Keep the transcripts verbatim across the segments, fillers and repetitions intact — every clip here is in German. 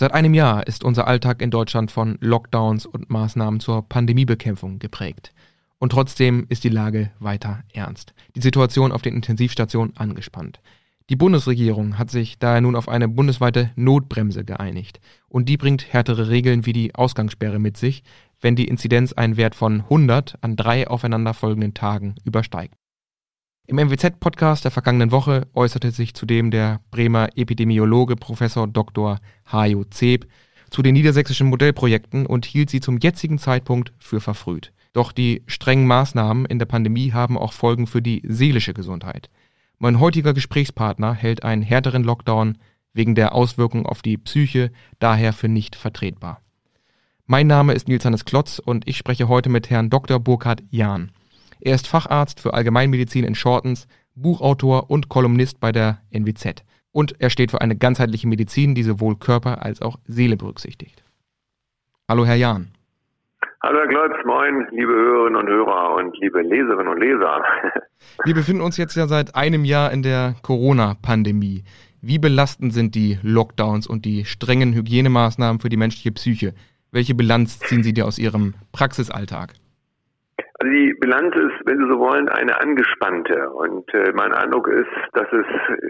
Seit einem Jahr ist unser Alltag in Deutschland von Lockdowns und Maßnahmen zur Pandemiebekämpfung geprägt. Und trotzdem ist die Lage weiter ernst. Die Situation auf den Intensivstationen angespannt. Die Bundesregierung hat sich daher nun auf eine bundesweite Notbremse geeinigt. Und die bringt härtere Regeln wie die Ausgangssperre mit sich, wenn die Inzidenz einen Wert von hundert an drei aufeinanderfolgenden Tagen übersteigt. Im M W Z-Podcast der vergangenen Woche äußerte sich zudem der Bremer Epidemiologe Professor Doktor Hajo Zeb zu den niedersächsischen Modellprojekten und hielt sie zum jetzigen Zeitpunkt für verfrüht. Doch die strengen Maßnahmen in der Pandemie haben auch Folgen für die seelische Gesundheit. Mein heutiger Gesprächspartner hält einen härteren Lockdown wegen der Auswirkungen auf die Psyche daher für nicht vertretbar. Mein Name ist Nils Hannes Klotz und ich spreche heute mit Herrn Doktor Burkhard Jahn. Er ist Facharzt für Allgemeinmedizin in Shortens, Buchautor und Kolumnist bei der N W Z. Und er steht für eine ganzheitliche Medizin, die sowohl Körper als auch Seele berücksichtigt. Hallo Herr Jahn. Hallo Herr Klotz, moin, liebe Hörerinnen und Hörer und liebe Leserinnen und Leser. Wir befinden uns jetzt ja seit einem Jahr in der Corona-Pandemie. Wie belastend sind die Lockdowns und die strengen Hygienemaßnahmen für die menschliche Psyche? Welche Bilanz ziehen Sie dir aus Ihrem Praxisalltag? Also die Bilanz ist, wenn Sie so wollen, eine angespannte. Und äh, mein Eindruck ist, dass es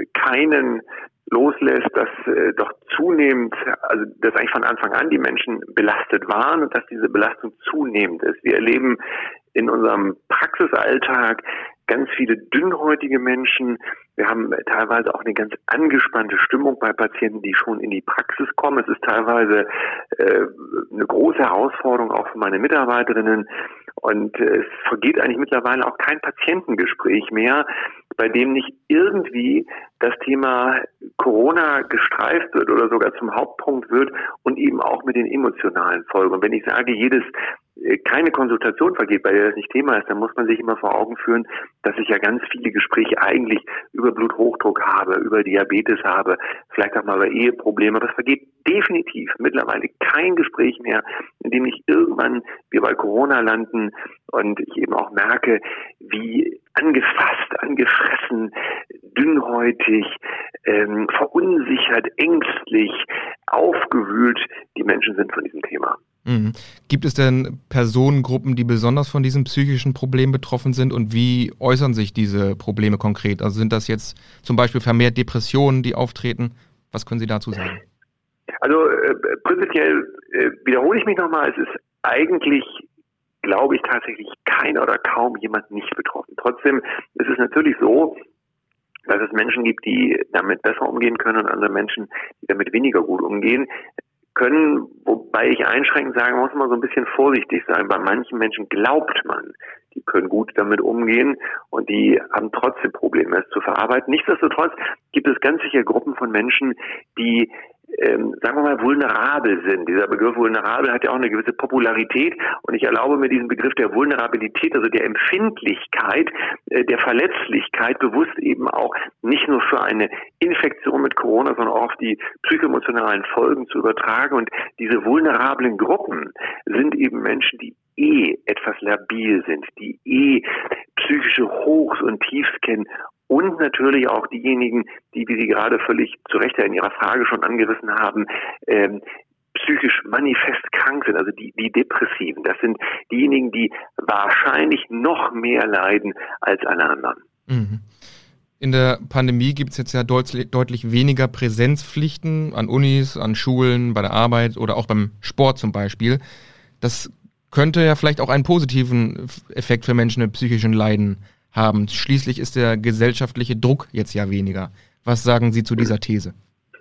keinen loslässt, dass äh, doch zunehmend, also dass eigentlich von Anfang an die Menschen belastet waren und dass diese Belastung zunehmend ist. Wir erleben in unserem Praxisalltag ganz viele dünnhäutige Menschen. Wir haben teilweise auch eine ganz angespannte Stimmung bei Patienten, die schon in die Praxis kommen. Es ist teilweise äh, eine große Herausforderung auch für meine Mitarbeiterinnen. Und äh, es vergeht eigentlich mittlerweile auch kein Patientengespräch mehr, bei dem nicht irgendwie das Thema Corona gestreift wird oder sogar zum Hauptpunkt wird und eben auch mit den emotionalen Folgen. Und wenn ich sage, jedes keine Konsultation vergeht, bei der das nicht Thema ist, dann muss man sich immer vor Augen führen, dass ich ja ganz viele Gespräche eigentlich über Bluthochdruck habe, über Diabetes habe, vielleicht auch mal über Eheprobleme, aber es vergeht definitiv mittlerweile kein Gespräch mehr, in dem nicht irgendwann wir bei Corona landen und ich eben auch merke, wie angefasst, angefressen, dünnhäutig, ähm, verunsichert, ängstlich, aufgewühlt die Menschen sind von diesem Thema. Mhm. Gibt es denn Personengruppen, die besonders von diesem psychischen Problem betroffen sind und wie äußern sich diese Probleme konkret? Also sind das jetzt zum Beispiel vermehrt Depressionen, die auftreten? Was können Sie dazu sagen? Also äh, prinzipiell äh, wiederhole ich mich nochmal, es ist eigentlich, glaube ich, tatsächlich keiner oder kaum jemand nicht betroffen. Trotzdem ist es natürlich so, dass es Menschen gibt, die damit besser umgehen können und andere Menschen, die damit weniger gut umgehen können, wobei ich einschränkend sagen muss, man so ein bisschen vorsichtig sein. Bei manchen Menschen glaubt man, die können gut damit umgehen und die haben trotzdem Probleme, es zu verarbeiten. Nichtsdestotrotz gibt es ganz sicher Gruppen von Menschen, die Ähm, sagen wir mal, vulnerabel sind. Dieser Begriff vulnerabel hat ja auch eine gewisse Popularität und ich erlaube mir diesen Begriff der Vulnerabilität, also der Empfindlichkeit, äh, der Verletzlichkeit bewusst eben auch nicht nur für eine Infektion mit Corona, sondern auch auf die psychoemotionalen Folgen zu übertragen. Und diese vulnerablen Gruppen sind eben Menschen, die eh etwas labil sind, die eh psychische Hochs und Tiefs kennen. Und natürlich auch diejenigen, die, wie Sie gerade völlig zu Recht in Ihrer Frage schon angerissen haben, ähm, psychisch manifest krank sind, also die, die Depressiven. Das sind diejenigen, die wahrscheinlich noch mehr leiden als alle anderen. Mhm. In der Pandemie gibt es jetzt ja deutlich, deutlich weniger Präsenzpflichten an Unis, an Schulen, bei der Arbeit oder auch beim Sport zum Beispiel. Das könnte ja vielleicht auch einen positiven Effekt für Menschen mit psychischen Leiden haben. Schließlich ist der gesellschaftliche Druck jetzt ja weniger. Was sagen Sie zu dieser These?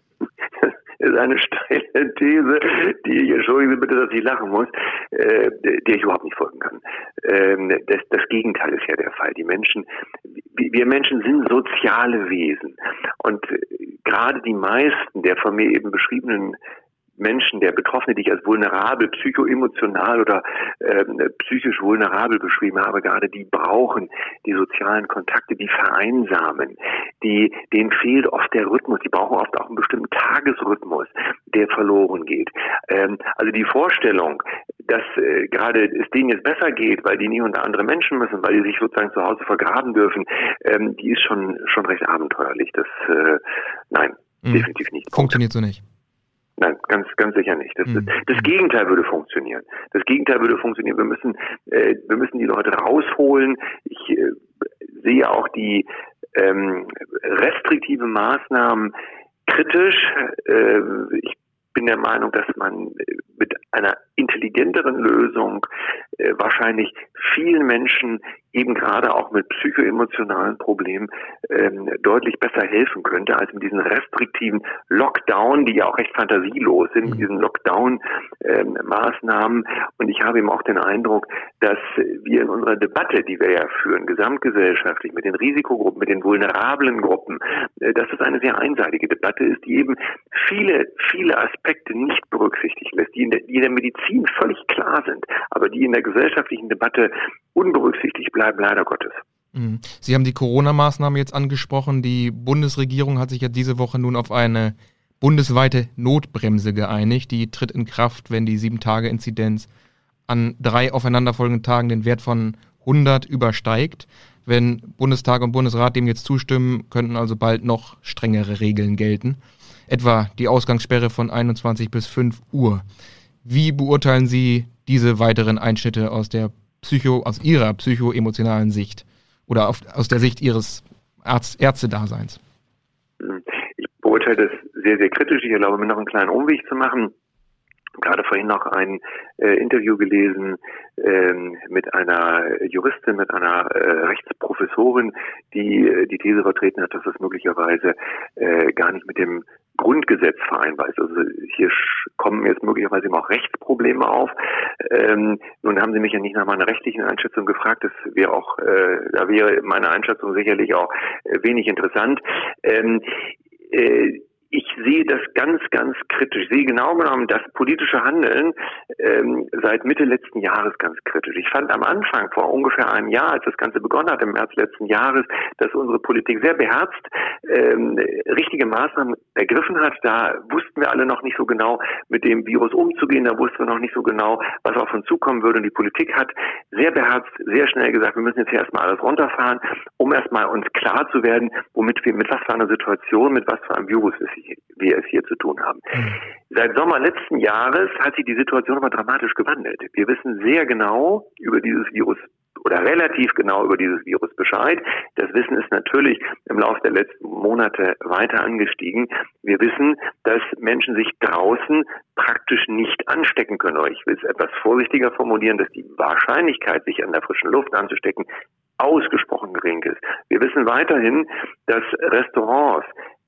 Das ist eine steile These, die ich, entschuldigen Sie bitte, dass ich lachen muss, äh, der ich überhaupt nicht folgen kann. Ähm, das, das Gegenteil ist ja der Fall. Die Menschen, wir Menschen sind soziale Wesen. Und gerade die meisten der von mir eben beschriebenen Menschen, der Betroffene, die ich als vulnerabel, psychoemotional oder äh, psychisch vulnerabel beschrieben habe, gerade die brauchen die sozialen Kontakte, die vereinsamen, die, denen fehlt oft der Rhythmus, die brauchen oft auch einen bestimmten Tagesrhythmus, der verloren geht. Ähm, also die Vorstellung, dass äh, gerade es denen jetzt besser geht, weil die nie unter andere Menschen müssen, weil die sich sozusagen zu Hause vergraben dürfen, ähm, die ist schon schon recht abenteuerlich. Das, äh, nein, mhm. definitiv nicht. Funktioniert so nicht. Nein, ganz, ganz sicher nicht. Das, Mhm. das Gegenteil würde funktionieren. Das Gegenteil würde funktionieren. Wir müssen, äh, wir müssen die Leute rausholen. Ich äh, sehe auch die ähm, restriktive Maßnahmen kritisch. Äh, ich bin der Meinung, dass man mit einer intelligenteren Lösung äh, wahrscheinlich vielen Menschen eben gerade auch mit psychoemotionalen Problemen ähm, deutlich besser helfen könnte, als mit diesen restriktiven Lockdown, die ja auch recht fantasielos sind, mit diesen Lockdown-Maßnahmen. Ähm, Und ich habe eben auch den Eindruck, dass wir in unserer Debatte, die wir ja führen, gesamtgesellschaftlich, mit den Risikogruppen, mit den vulnerablen Gruppen, äh, dass es eine sehr einseitige Debatte ist, die eben viele, viele Aspekte nicht berücksichtigt lässt, die in der, die in der Medizin völlig klar sind, aber die in der gesellschaftlichen Debatte unberücksichtigt bleiben, leider Gottes. Sie haben die Corona-Maßnahmen jetzt angesprochen. Die Bundesregierung hat sich ja diese Woche nun auf eine bundesweite Notbremse geeinigt. Die tritt in Kraft, wenn die sieben-Tage-Inzidenz an drei aufeinanderfolgenden Tagen den Wert von hundert übersteigt. Wenn Bundestag und Bundesrat dem jetzt zustimmen, könnten also bald noch strengere Regeln gelten. Etwa die Ausgangssperre von einundzwanzig bis fünf Uhr. Wie beurteilen Sie diese weiteren Einschnitte aus der Psycho, aus Ihrer psychoemotionalen Sicht oder auf, aus der Sicht Ihres Arzt, Ärztedaseins? Ich beurteile das sehr, sehr kritisch. Ich erlaube mir noch einen kleinen Umweg zu machen. Gerade vorhin noch ein äh, Interview gelesen ähm, mit einer Juristin, mit einer äh, Rechtsprofessorin, die äh, die These vertreten hat, dass das möglicherweise äh, gar nicht mit dem Grundgesetz vereinbar ist. Also hier kommen jetzt möglicherweise eben auch Rechtsprobleme auf. Ähm, nun haben Sie mich ja nicht nach meiner rechtlichen Einschätzung gefragt. Das wäre auch, äh, da wäre meine Einschätzung sicherlich auch äh, wenig interessant. Ähm, äh, Ich sehe das ganz, ganz kritisch. Ich sehe genau genommen das politische Handeln ähm, seit Mitte letzten Jahres ganz kritisch. Ich fand am Anfang, vor ungefähr einem Jahr, als das Ganze begonnen hat, im März letzten Jahres, dass unsere Politik sehr beherzt ähm, richtige Maßnahmen ergriffen hat. Da wussten wir alle noch nicht so genau, mit dem Virus umzugehen. Da wussten wir noch nicht so genau, was auf uns zukommen würde. Und die Politik hat sehr beherzt, sehr schnell gesagt, wir müssen jetzt hier erstmal alles runterfahren, um erstmal uns klar zu werden, womit wir, mit was für einer Situation, mit was für einem Virus es wir es hier zu tun haben. Mhm. Seit Sommer letzten Jahres hat sich die Situation aber dramatisch gewandelt. Wir wissen sehr genau über dieses Virus oder relativ genau über dieses Virus Bescheid. Das Wissen ist natürlich im Laufe der letzten Monate weiter angestiegen. Wir wissen, dass Menschen sich draußen praktisch nicht anstecken können. Oder ich will es etwas vorsichtiger formulieren, dass die Wahrscheinlichkeit, sich an der frischen Luft anzustecken, ausgesprochen gering ist. Wir wissen weiterhin, dass Restaurants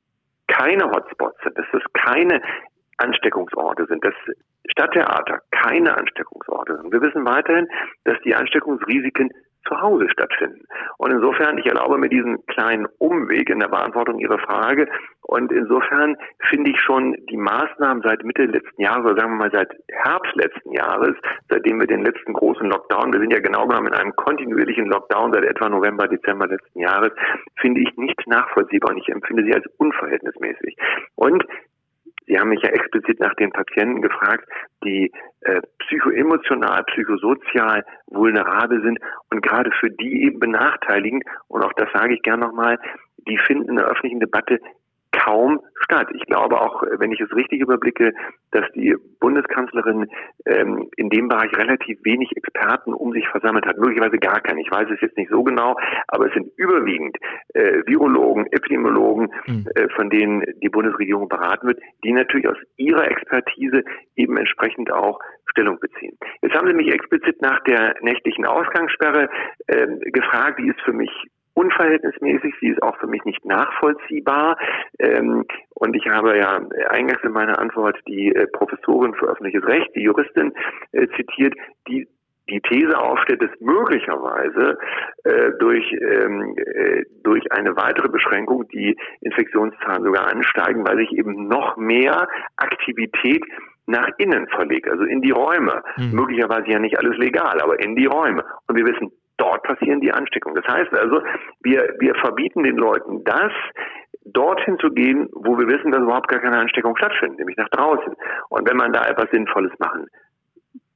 keine Hotspots sind, dass es keine Ansteckungsorte sind, dass Stadttheater keine Ansteckungsorte sind. Wir wissen weiterhin, dass die Ansteckungsrisiken zu Hause stattfinden. Und insofern, ich erlaube mir diesen kleinen Umweg in der Beantwortung Ihrer Frage. Und insofern finde ich schon die Maßnahmen seit Mitte letzten Jahres, oder sagen wir mal seit Herbst letzten Jahres, seitdem wir den letzten großen Lockdown, wir sind ja genau genommen in einem kontinuierlichen Lockdown seit etwa November, Dezember letzten Jahres, finde ich nicht nachvollziehbar und ich empfinde sie als unverhältnismäßig. Und Sie haben mich ja explizit nach den Patienten gefragt, die äh, psychoemotional, psychosozial vulnerabel sind und gerade für die eben benachteiligend, und auch das sage ich gern nochmal, die finden in der öffentlichen Debatte kaum statt. Ich glaube auch, wenn ich es richtig überblicke, dass die Bundeskanzlerin ähm, in dem Bereich relativ wenig Experten um sich versammelt hat. Möglicherweise gar keine. Ich weiß es jetzt nicht so genau, aber es sind überwiegend äh, Virologen, Epidemiologen, mhm. äh, von denen die Bundesregierung beraten wird, die natürlich aus ihrer Expertise eben entsprechend auch Stellung beziehen. Jetzt haben Sie mich explizit nach der nächtlichen Ausgangssperre äh, gefragt, die ist für mich unverhältnismäßig, sie ist auch für mich nicht nachvollziehbar. Ähm, und ich habe ja eingangs in meiner Antwort die äh, Professorin für öffentliches Recht, die Juristin, äh, zitiert, die die These aufstellt, dass möglicherweise äh, durch ähm, äh, durch eine weitere Beschränkung die Infektionszahlen sogar ansteigen, weil sich eben noch mehr Aktivität nach innen verlegt, also in die Räume. Mhm. Möglicherweise ja nicht alles legal, aber in die Räume. Und wir wissen, dort passieren die Ansteckungen. Das heißt also, wir, wir verbieten den Leuten das, dorthin zu gehen, wo wir wissen, dass überhaupt gar keine Ansteckung stattfindet, nämlich nach draußen. Und wenn man da etwas Sinnvolles machen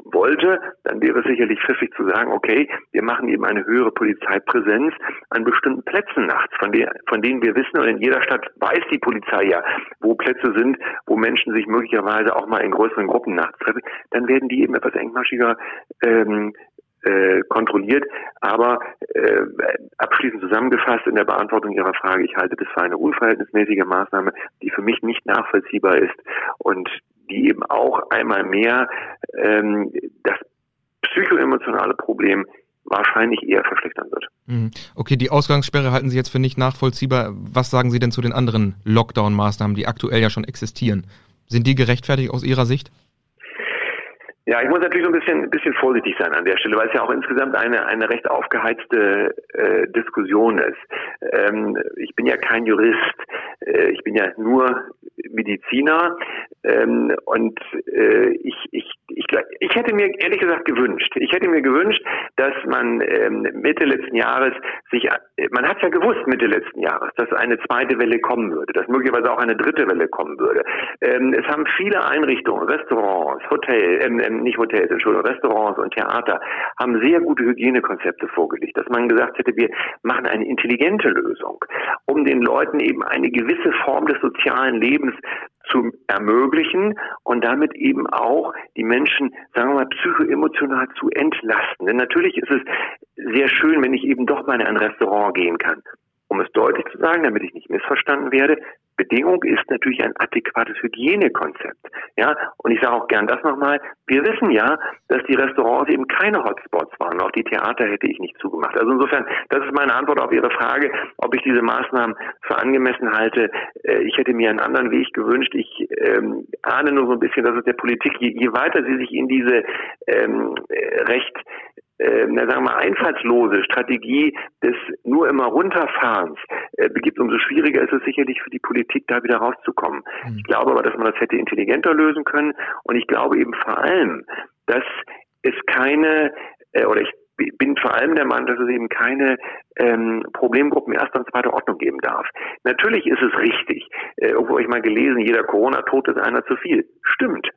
wollte, dann wäre es sicherlich pfiffig zu sagen, okay, wir machen eben eine höhere Polizeipräsenz an bestimmten Plätzen nachts, von, der, von denen wir wissen, und in jeder Stadt weiß die Polizei ja, wo Plätze sind, wo Menschen sich möglicherweise auch mal in größeren Gruppen nachts treffen, dann werden die eben etwas engmaschiger ähm, äh, kontrolliert. Aber äh, abschließend zusammengefasst in der Beantwortung Ihrer Frage, ich halte das für eine unverhältnismäßige Maßnahme, die für mich nicht nachvollziehbar ist und die eben auch einmal mehr ähm, das psychoemotionale Problem wahrscheinlich eher verschlechtern wird. Okay, die Ausgangssperre halten Sie jetzt für nicht nachvollziehbar. Was sagen Sie denn zu den anderen Lockdown-Maßnahmen, die aktuell ja schon existieren? Sind die gerechtfertigt aus Ihrer Sicht? Ja, ich muss natürlich so ein bisschen, ein bisschen vorsichtig sein an der Stelle, weil es ja auch insgesamt eine, eine recht aufgeheizte äh, Diskussion ist. Ähm, ich bin ja kein Jurist, äh, ich bin ja nur Mediziner ähm, und äh, ich, ich, ich, ich hätte mir ehrlich gesagt gewünscht, ich hätte mir gewünscht, dass man ähm, Mitte letzten Jahres sich, man hat ja gewusst Mitte letzten Jahres, dass eine zweite Welle kommen würde, dass möglicherweise auch eine dritte Welle kommen würde. Ähm, es haben viele Einrichtungen, Restaurants, Hotels, ähm, nicht Hotels, Entschuldigung, Restaurants und Theater haben sehr gute Hygienekonzepte vorgelegt, dass man gesagt hätte, wir machen eine intelligente Lösung, um den Leuten eben eine gewisse Form des sozialen Lebens zu ermöglichen und damit eben auch die Menschen, sagen wir mal, psychoemotional zu entlasten. Denn natürlich ist es sehr schön, wenn ich eben doch mal in ein Restaurant gehen kann. Um es deutlich zu sagen, damit ich nicht missverstanden werde, Bedingung ist natürlich ein adäquates Hygienekonzept. Ja, und ich sage auch gern das nochmal, wir wissen ja, dass die Restaurants eben keine Hotspots waren. Auch die Theater hätte ich nicht zugemacht. Also insofern, das ist meine Antwort auf Ihre Frage, ob ich diese Maßnahmen für angemessen halte. Ich hätte mir einen anderen Weg gewünscht. Ich ähm, ahne nur so ein bisschen, dass es der Politik, je, je weiter sie sich in diese ähm, recht Äh, na, sagen wir mal, einfallslose Strategie des nur immer Runterfahrens äh, begibt, umso schwieriger ist es sicherlich für die Politik, da wieder rauszukommen. Mhm. Ich glaube aber, dass man das hätte intelligenter lösen können und ich glaube eben vor allem, dass es keine, äh, oder ich bin vor allem der Meinung, dass es eben keine ähm, Problemgruppen erster und zweiter Ordnung geben darf. Natürlich ist es richtig, äh, irgendwo habe ich mal gelesen, jeder Corona-Tod ist einer zu viel. Stimmt.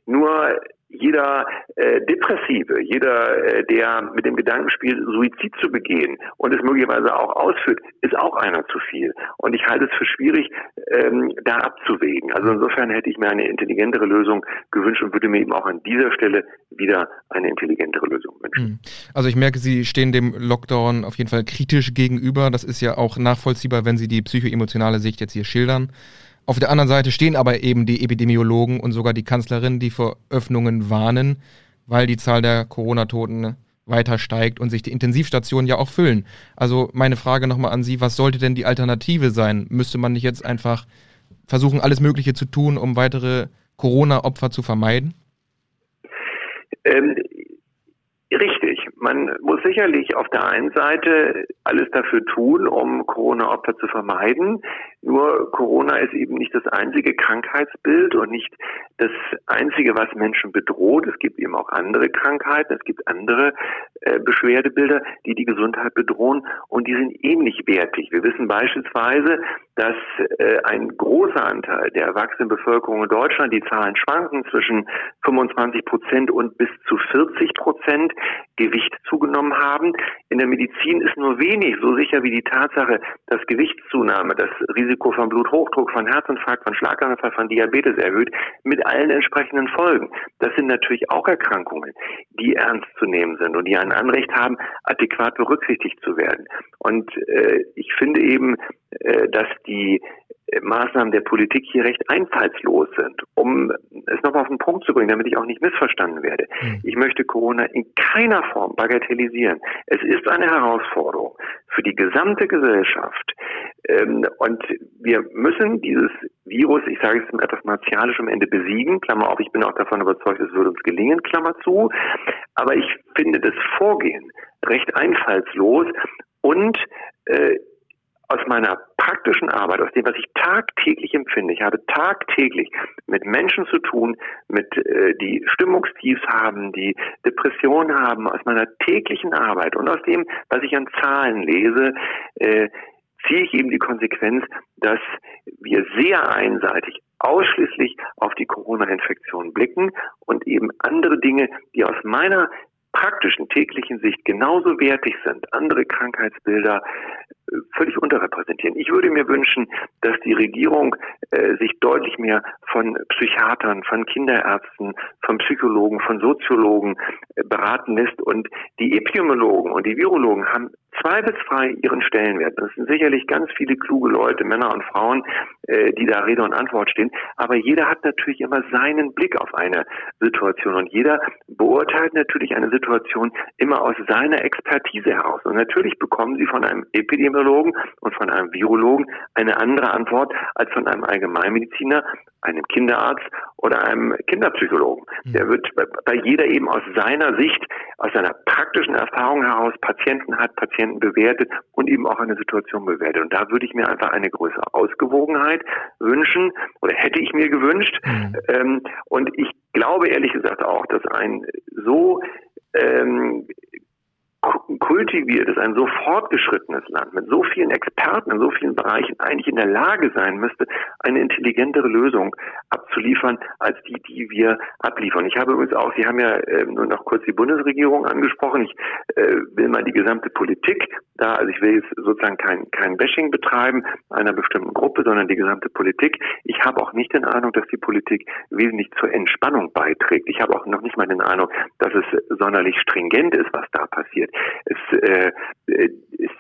Nur jeder äh, Depressive, jeder, äh, der mit dem Gedanken spielt, Suizid zu begehen und es möglicherweise auch ausführt, ist auch einer zu viel. Und ich halte es für schwierig, ähm, da abzuwägen. Also insofern hätte ich mir eine intelligentere Lösung gewünscht und würde mir eben auch an dieser Stelle wieder eine intelligentere Lösung wünschen. Also ich merke, Sie stehen dem Lockdown auf jeden Fall kritisch gegenüber. Das ist ja auch nachvollziehbar, wenn Sie die psychoemotionale Sicht jetzt hier schildern. Auf der anderen Seite stehen aber eben die Epidemiologen und sogar die Kanzlerin, die vor Öffnungen warnen, weil die Zahl der Corona-Toten weiter steigt und sich die Intensivstationen ja auch füllen. Also meine Frage nochmal an Sie, was sollte denn die Alternative sein? Müsste man nicht jetzt einfach versuchen, alles Mögliche zu tun, um weitere Corona-Opfer zu vermeiden? Ähm, richtig. Man muss sicherlich auf der einen Seite alles dafür tun, um Corona-Opfer zu vermeiden. Nur Corona ist eben nicht das einzige Krankheitsbild und nicht das einzige, was Menschen bedroht. Es gibt eben auch andere Krankheiten, es gibt andere äh, Beschwerdebilder, die die Gesundheit bedrohen und die sind ähnlich wertig. Wir wissen beispielsweise, dass äh, ein großer Anteil der erwachsenen Bevölkerung in Deutschland, die Zahlen schwanken zwischen fünfundzwanzig Prozent und bis zu vierzig Prozent Gewicht zugenommen haben. In der Medizin ist nur wenig so sicher wie die Tatsache, dass Gewichtszunahme, das Risiko von Bluthochdruck, von Herzinfarkt, von Schlaganfall, von Diabetes erhöht, mit allen entsprechenden Folgen. Das sind natürlich auch Erkrankungen, die ernst zu nehmen sind und die ein Anrecht haben, adäquat berücksichtigt zu werden. Und äh, ich finde eben, äh, dass die Maßnahmen der Politik hier recht einfallslos sind. Um es nochmal auf den Punkt zu bringen, damit ich auch nicht missverstanden werde. Mhm. Ich möchte Corona in keiner Form bagatellisieren. Es ist eine Herausforderung für die gesamte Gesellschaft. Und wir müssen dieses Virus, ich sage es etwas martialisch am Ende, besiegen. Klammer auf, ich bin auch davon überzeugt, es würde uns gelingen, Klammer zu. Aber ich finde das Vorgehen recht einfallslos und äh, aus meiner praktischen Arbeit, aus dem, was ich tagtäglich empfinde, ich habe tagtäglich mit Menschen zu tun, mit äh, die Stimmungstiefs haben, die Depressionen haben, aus meiner täglichen Arbeit und aus dem, was ich an Zahlen lese, äh, ziehe ich eben die Konsequenz, dass wir sehr einseitig ausschließlich auf die Corona-Infektion blicken und eben andere Dinge, die aus meiner praktischen täglichen Sicht genauso wertig sind, andere Krankheitsbilder völlig unterrepräsentieren. Ich würde mir wünschen, dass die Regierung äh, sich deutlich mehr von Psychiatern, von Kinderärzten, von Psychologen, von Soziologen äh, beraten lässt. Und die Epidemiologen und die Virologen haben zweifelsfrei ihren Stellenwert. Das sind sicherlich ganz viele kluge Leute, Männer und Frauen, äh, die da Rede und Antwort stehen. Aber jeder hat natürlich immer seinen Blick auf eine Situation und jeder beurteilt natürlich eine Situation immer aus seiner Expertise heraus. Und natürlich bekommen sie von einem Epidemiologen und von einem Virologen eine andere Antwort als von einem Allgemeinmediziner, einem Kinderarzt oder einem Kinderpsychologen. Mhm. Der wird bei jeder eben aus seiner Sicht, aus seiner praktischen Erfahrung heraus Patienten hat, Patienten bewertet und eben auch eine Situation bewertet. Und da würde ich mir einfach eine größere Ausgewogenheit wünschen oder hätte ich mir gewünscht. Mhm. Ähm, und ich glaube ehrlich gesagt auch, dass ein so ähm, kultiviertes, ein so fortgeschrittenes Land mit so vielen Experten in so vielen Bereichen eigentlich in der Lage sein müsste, eine intelligentere Lösung abzuliefern, als die, die wir abliefern. Ich habe übrigens auch, Sie haben ja äh, nur noch kurz die Bundesregierung angesprochen, ich äh, will mal die gesamte Politik da, also ich will jetzt sozusagen kein, kein Bashing betreiben einer bestimmten Gruppe, sondern die gesamte Politik. Ich habe auch nicht den Eindruck, dass die Politik wesentlich zur Entspannung beiträgt. Ich habe auch noch nicht mal den Eindruck, dass es sonderlich stringent ist, was da passiert. Es, äh, es,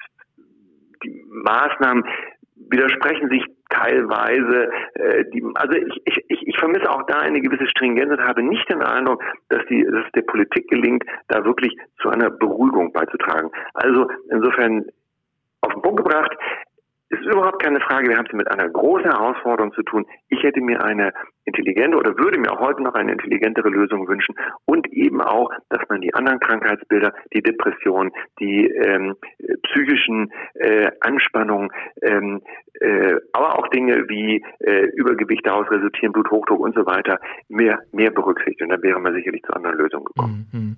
die Maßnahmen widersprechen sich teilweise. Äh, die, also ich, ich, ich vermisse auch da eine gewisse Stringenz und habe nicht den Eindruck, dass, die, dass es der Politik gelingt, da wirklich zu einer Beruhigung beizutragen. Also insofern auf den Punkt gebracht, es ist überhaupt keine Frage, wir haben es mit einer großen Herausforderung zu tun. Ich hätte mir eine intelligente oder würde mir auch heute noch eine intelligentere Lösung wünschen und eben auch, dass man die anderen Krankheitsbilder, die Depression, die ähm, psychischen äh, Anspannungen, ähm, äh, aber auch Dinge wie äh, Übergewicht daraus resultieren, Bluthochdruck und so weiter, mehr, mehr berücksichtigt. Und da wäre man sicherlich zu anderen Lösungen gekommen. Mhm.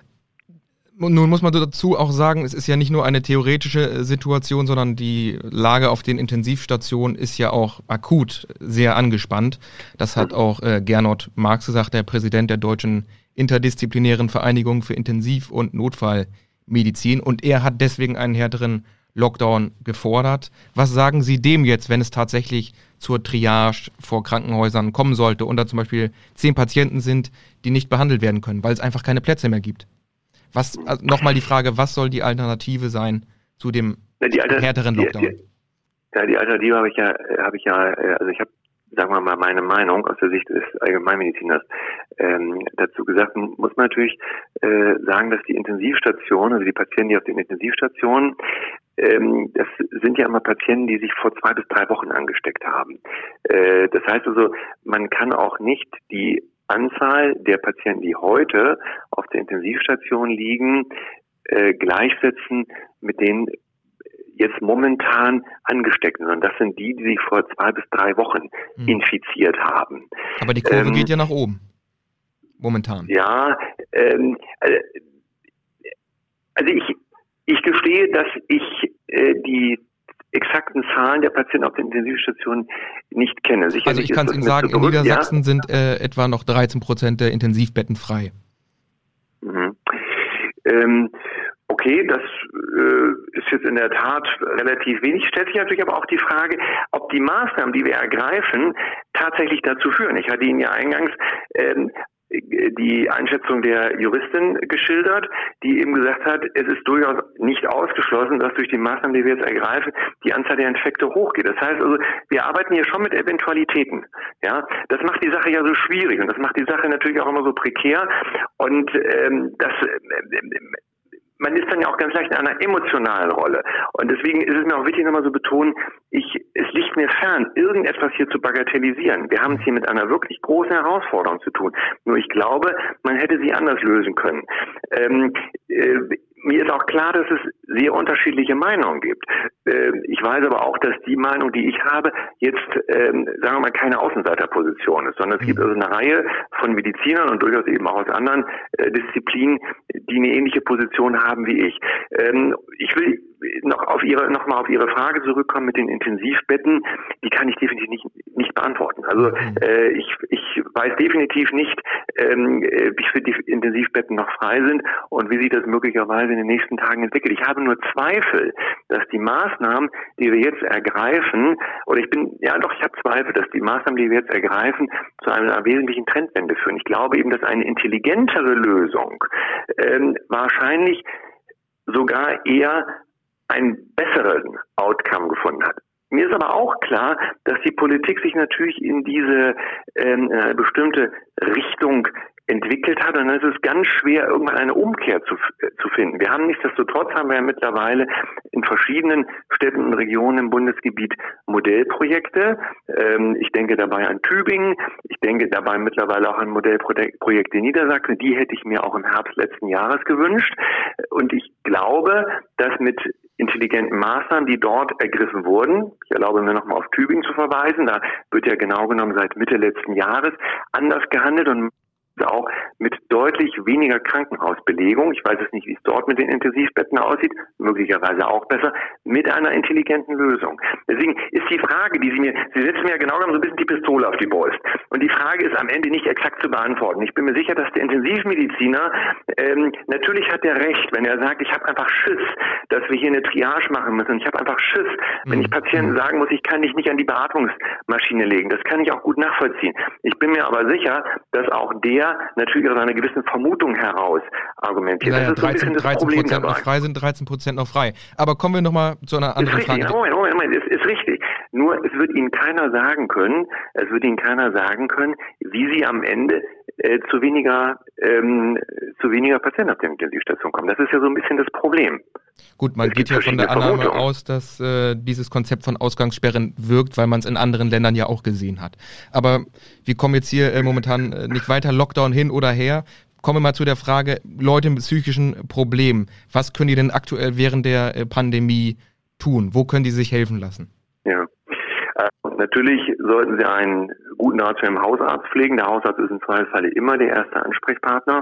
Nun muss man dazu auch sagen, es ist ja nicht nur eine theoretische Situation, sondern die Lage auf den Intensivstationen ist ja auch akut sehr angespannt. Das hat auch äh, Gernot Marx gesagt, der Präsident der Deutschen Interdisziplinären Vereinigung für Intensiv- und Notfallmedizin. Und er hat deswegen einen härteren Lockdown gefordert. Was sagen Sie dem jetzt, wenn es tatsächlich zur Triage vor Krankenhäusern kommen sollte und da zum Beispiel zehn Patienten sind, die nicht behandelt werden können, weil es einfach keine Plätze mehr gibt? Was, also nochmal die Frage, was soll die Alternative sein zu dem Na, die Alter, härteren Lockdown? Die, die, ja, die Alternative habe ich ja, habe ich ja, also ich habe, sagen wir mal, meine Meinung aus der Sicht des Allgemeinmediziners ähm, dazu gesagt. Muss man natürlich äh, sagen, dass die Intensivstationen, also die Patienten, die auf den Intensivstationen, ähm, das sind ja immer Patienten, die sich vor zwei bis drei Wochen angesteckt haben. Äh, das heißt also, man kann auch nicht die Anzahl der Patienten, die heute auf der Intensivstation liegen, äh, gleichsetzen mit den jetzt momentan Angesteckten, sondern das sind die, die sich vor zwei bis drei Wochen hm. infiziert haben. Aber die Kurve ähm, geht ja nach oben, momentan. Ja, ähm, also ich, ich gestehe, dass ich äh, die exakten Zahlen der Patienten auf den Intensivstationen nicht kenne. Sicherlich also ich kann es Ihnen sagen, in Niedersachsen ja? sind äh, etwa noch dreizehn Prozent der Intensivbetten frei. Mhm. Ähm, okay, das äh, ist jetzt in der Tat relativ wenig. Stellt sich natürlich aber auch die Frage, ob die Maßnahmen, die wir ergreifen, tatsächlich dazu führen. Ich hatte Ihnen ja eingangs ähm, die Einschätzung der Juristin geschildert, die eben gesagt hat, es ist durchaus nicht ausgeschlossen, dass durch die Maßnahmen, die wir jetzt ergreifen, die Anzahl der Infekte hochgeht. Das heißt also, wir arbeiten hier schon mit Eventualitäten. Ja, das macht die Sache ja so schwierig und das macht die Sache natürlich auch immer so prekär und ähm, das äh, man ist dann ja auch ganz leicht in einer emotionalen Rolle. Und deswegen ist es mir auch wichtig, nochmal so betonen, ich, es liegt mir fern, irgendetwas hier zu bagatellisieren. Wir haben es hier mit einer wirklich großen Herausforderung zu tun. Nur ich glaube, man hätte sie anders lösen können. Ähm, äh, mir ist auch klar, dass es sehr unterschiedliche Meinungen gibt. Äh, ich weiß aber auch, dass die Meinung, die ich habe, jetzt, ähm, sagen wir mal, keine Außenseiterposition ist, sondern es gibt also eine Reihe von Medizinern und durchaus eben auch aus anderen äh, Disziplinen, die eine ähnliche Position haben wie ich. Ähm, ich will noch auf Ihre, noch mal auf Ihre Frage zurückkommen mit den Intensivbetten, die kann ich definitiv nicht, nicht beantworten. Also äh, ich, ich weiß definitiv nicht, ähm, wie viele die Intensivbetten noch frei sind und wie sich das möglicherweise in den nächsten Tagen entwickelt. Ich habe nur Zweifel, dass die Maßnahmen, die wir jetzt ergreifen, oder ich bin, ja doch, ich habe Zweifel, dass die Maßnahmen, die wir jetzt ergreifen, zu einer wesentlichen Trendwende führen. Ich glaube eben, dass eine intelligentere Lösung ähm, wahrscheinlich sogar eher einen besseren Outcome gefunden hat. Mir ist aber auch klar, dass die Politik sich natürlich in diese ähm, in eine bestimmte Richtung entwickelt hat und dann ist es ganz schwer, irgendwann eine Umkehr zu, äh, zu finden. Wir haben nichtsdestotrotz, haben wir ja mittlerweile in verschiedenen Städten und Regionen im Bundesgebiet Modellprojekte. Ähm, ich denke dabei an Tübingen, ich denke dabei mittlerweile auch an Modellprojekte in Niedersachsen. Die hätte ich mir auch im Herbst letzten Jahres gewünscht. Und ich glaube, dass mit intelligenten Maßnahmen, die dort ergriffen wurden, ich erlaube mir nochmal auf Tübingen zu verweisen, da wird ja genau genommen seit Mitte letzten Jahres anders gehandelt und auch mit deutlich weniger Krankenhausbelegung. Ich weiß es nicht, wie es dort mit den Intensivbetten aussieht, möglicherweise auch besser, mit einer intelligenten Lösung. Deswegen ist die Frage, die Sie mir, Sie setzen mir ja genau genommen so ein bisschen die Pistole auf die Brust. Und die Frage ist am Ende nicht exakt zu beantworten. Ich bin mir sicher, dass der Intensivmediziner, ähm, natürlich hat er recht, wenn er sagt, ich habe einfach Schiss, dass wir hier eine Triage machen müssen. Ich habe einfach Schiss, wenn ich Patienten sagen muss, ich kann dich nicht an die Beatmungsmaschine legen. Das kann ich auch gut nachvollziehen. Ich bin mir aber sicher, dass auch der natürlich aus einer gewissen Vermutung heraus argumentiert. Naja, das ist so ein dreizehn Prozent noch frei sind, dreizehn Prozent noch frei. Aber kommen wir nochmal zu einer anderen ist richtig. Frage. Moment, Moment, Moment, ist, ist richtig. Nur es wird Ihnen keiner sagen können, es wird Ihnen keiner sagen können, wie Sie am Ende äh, zu weniger ähm, zu weniger Patienten auf der Intensivstation kommen. Das ist ja so ein bisschen das Problem. Gut, man geht ja von der Annahme aus, dass äh, dieses Konzept von Ausgangssperren wirkt, weil man es in anderen Ländern ja auch gesehen hat. Aber wir kommen jetzt hier äh, momentan äh, nicht weiter, Lockdown hin oder her. Kommen wir mal zu der Frage, Leute mit psychischen Problemen. Was können die denn aktuell während der äh, Pandemie tun? Wo können die sich helfen lassen? Ja. Natürlich sollten Sie einen guten Rat zu einem Hausarzt pflegen. Der Hausarzt ist im Zweifelsfall immer der erste Ansprechpartner.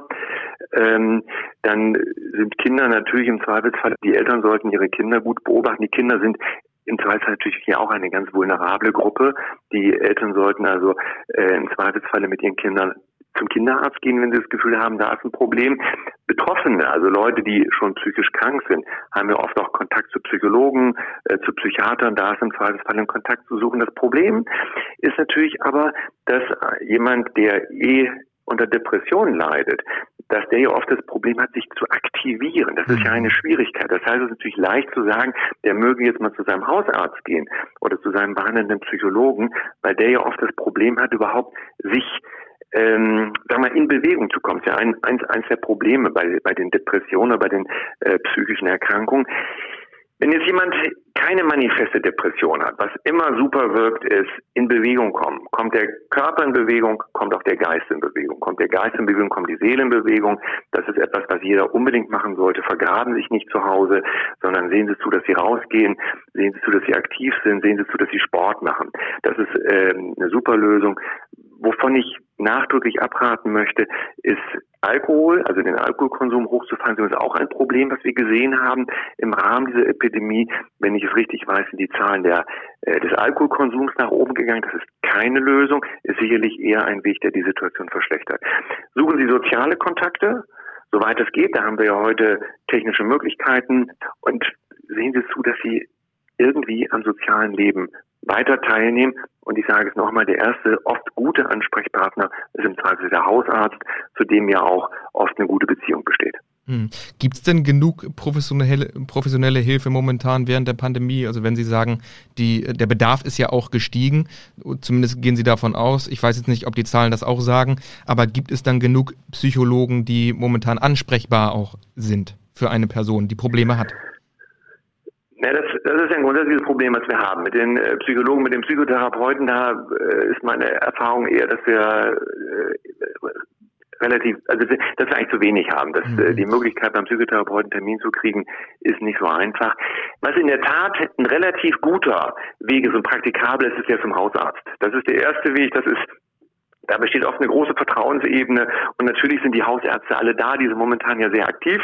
Ähm, dann sind Kinder natürlich im Zweifelsfall, die Eltern sollten ihre Kinder gut beobachten. Die Kinder sind im Zweifelsfall natürlich hier auch eine ganz vulnerable Gruppe. Die Eltern sollten also äh, im Zweifelsfall mit ihren Kindern zum Kinderarzt gehen, wenn sie das Gefühl haben, da ist ein Problem. Betroffene, also Leute, die schon psychisch krank sind, haben ja oft auch Kontakt zu Psychologen, äh, zu Psychiatern, da ist im Zweifelsfall einen Kontakt zu suchen. Das Problem ist natürlich aber, dass jemand, der eh unter Depressionen leidet, dass der ja oft das Problem hat, sich zu aktivieren. Das ist ja eine Schwierigkeit. Das heißt, es ist natürlich leicht zu sagen, der möge jetzt mal zu seinem Hausarzt gehen oder zu seinem behandelnden Psychologen, weil der ja oft das Problem hat, überhaupt sich Ähm, sagen wir, in Bewegung zu kommen. Das ist ja ein, eins, eins der Probleme bei, bei den Depressionen oder bei den äh, psychischen Erkrankungen. Wenn jetzt jemand keine manifeste Depression hat, was immer super wirkt, ist in Bewegung kommen. Kommt der Körper in Bewegung, kommt auch der Geist in Bewegung. Kommt der Geist in Bewegung, kommt die Seele in Bewegung. Das ist etwas, was jeder unbedingt machen sollte. Vergraben sich nicht zu Hause, sondern sehen Sie zu, dass Sie rausgehen. Sehen Sie zu, dass Sie aktiv sind. Sehen Sie zu, dass Sie Sport machen. Das ist äh, eine super Lösung. Wovon ich nachdrücklich abraten möchte, ist Alkohol, also den Alkoholkonsum hochzufahren. Das ist auch ein Problem, was wir gesehen haben im Rahmen dieser Epidemie. Wenn ich es richtig weiß, sind die Zahlen der, äh, des Alkoholkonsums nach oben gegangen. Das ist keine Lösung, ist sicherlich eher ein Weg, der die Situation verschlechtert. Suchen Sie soziale Kontakte, soweit es geht. Da haben wir ja heute technische Möglichkeiten. Und sehen Sie zu, dass Sie irgendwie am sozialen Leben weiter teilnehmen. Und ich sage es nochmal, der erste oft gute Ansprechpartner ist im Zweifel der Hausarzt, zu dem ja auch oft eine gute Beziehung besteht. Hm. Gibt es denn genug professionelle, professionelle Hilfe momentan während der Pandemie? Also wenn Sie sagen, die, der Bedarf ist ja auch gestiegen, zumindest gehen Sie davon aus. Ich weiß jetzt nicht, ob die Zahlen das auch sagen, aber gibt es dann genug Psychologen, die momentan ansprechbar auch sind für eine Person, die Probleme hat? Ja, das, das ist ein grundsätzliches Problem, was wir haben. Mit den äh, Psychologen, mit den Psychotherapeuten, da äh, ist meine Erfahrung eher, dass wir äh, relativ, also dass wir eigentlich zu wenig haben. Dass äh, die Möglichkeit, beim Psychotherapeuten einen Termin zu kriegen, ist nicht so einfach. Was in der Tat ein relativ guter Weg ist und praktikabel ist, ist ja zum Hausarzt. Das ist der erste Weg, das ist da besteht oft eine große Vertrauensebene und natürlich sind die Hausärzte alle da, die sind momentan ja sehr aktiv.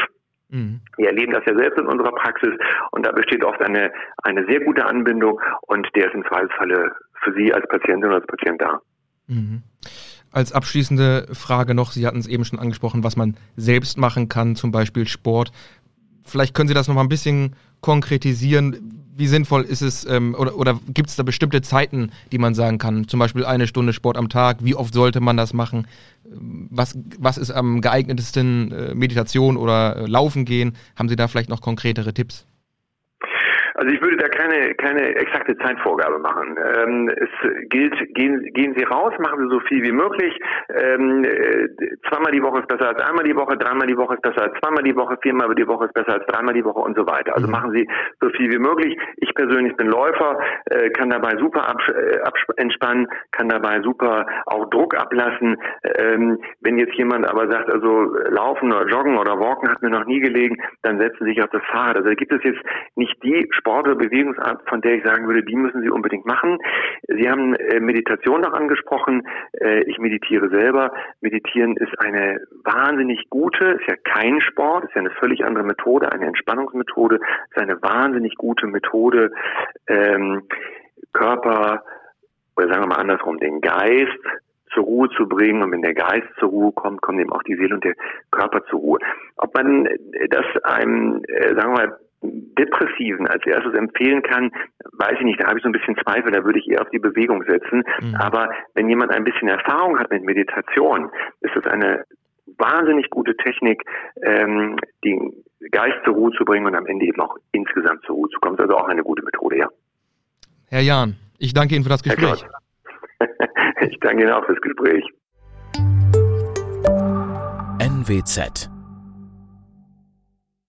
Mhm. Wir erleben das ja selbst in unserer Praxis und da besteht oft eine, eine sehr gute Anbindung und der ist im Zweifelsfalle für Sie als Patientin oder als Patient da. Mhm. Als abschließende Frage noch, Sie hatten es eben schon angesprochen, was man selbst machen kann, zum Beispiel Sport. Vielleicht können Sie das noch mal ein bisschen konkretisieren. Wie sinnvoll ist es ähm, oder, oder gibt es da bestimmte Zeiten, die man sagen kann? Zum Beispiel eine Stunde Sport am Tag. Wie oft sollte man das machen? Was, was ist am geeignetesten? Äh, Meditation oder äh, Laufen gehen? Haben Sie da vielleicht noch konkretere Tipps? Also ich würde da keine keine exakte Zeitvorgabe machen. Ähm, es gilt, gehen, gehen Sie raus, machen Sie so viel wie möglich. Ähm, äh, zweimal die Woche ist besser als einmal die Woche, dreimal die Woche ist besser als zweimal die Woche, viermal die Woche ist besser als dreimal die Woche und so weiter. Also mhm. machen Sie so viel wie möglich. Ich persönlich bin Läufer, äh, kann dabei super abs- äh, abs- entspannen, kann dabei super auch Druck ablassen. Ähm, wenn jetzt jemand aber sagt, also Laufen oder Joggen oder Walken hat mir noch nie gelegen, dann setzen Sie sich auf das Fahrrad. Also da gibt es jetzt nicht die Sport- oder Bewegungsart, von der ich sagen würde, die müssen Sie unbedingt machen. Sie haben äh, Meditation noch angesprochen. Äh, ich meditiere selber. Meditieren ist eine wahnsinnig gute, ist ja kein Sport, ist ja eine völlig andere Methode, eine Entspannungsmethode, ist eine wahnsinnig gute Methode, ähm, Körper, oder sagen wir mal andersrum, den Geist zur Ruhe zu bringen. Und wenn der Geist zur Ruhe kommt, kommt eben auch die Seele und der Körper zur Ruhe. Ob man das einem, äh, sagen wir mal, Depressiven als erstes empfehlen kann, weiß ich nicht, da habe ich so ein bisschen Zweifel, da würde ich eher auf die Bewegung setzen. Mhm. Aber wenn jemand ein bisschen Erfahrung hat mit Meditation, ist es eine wahnsinnig gute Technik, ähm, den Geist zur Ruhe zu bringen und am Ende eben auch insgesamt zur Ruhe zu kommen. Das ist also auch eine gute Methode, ja. Herr Jahn, ich danke Ihnen für das Gespräch. Ich danke Ihnen auch fürs Gespräch. N W Z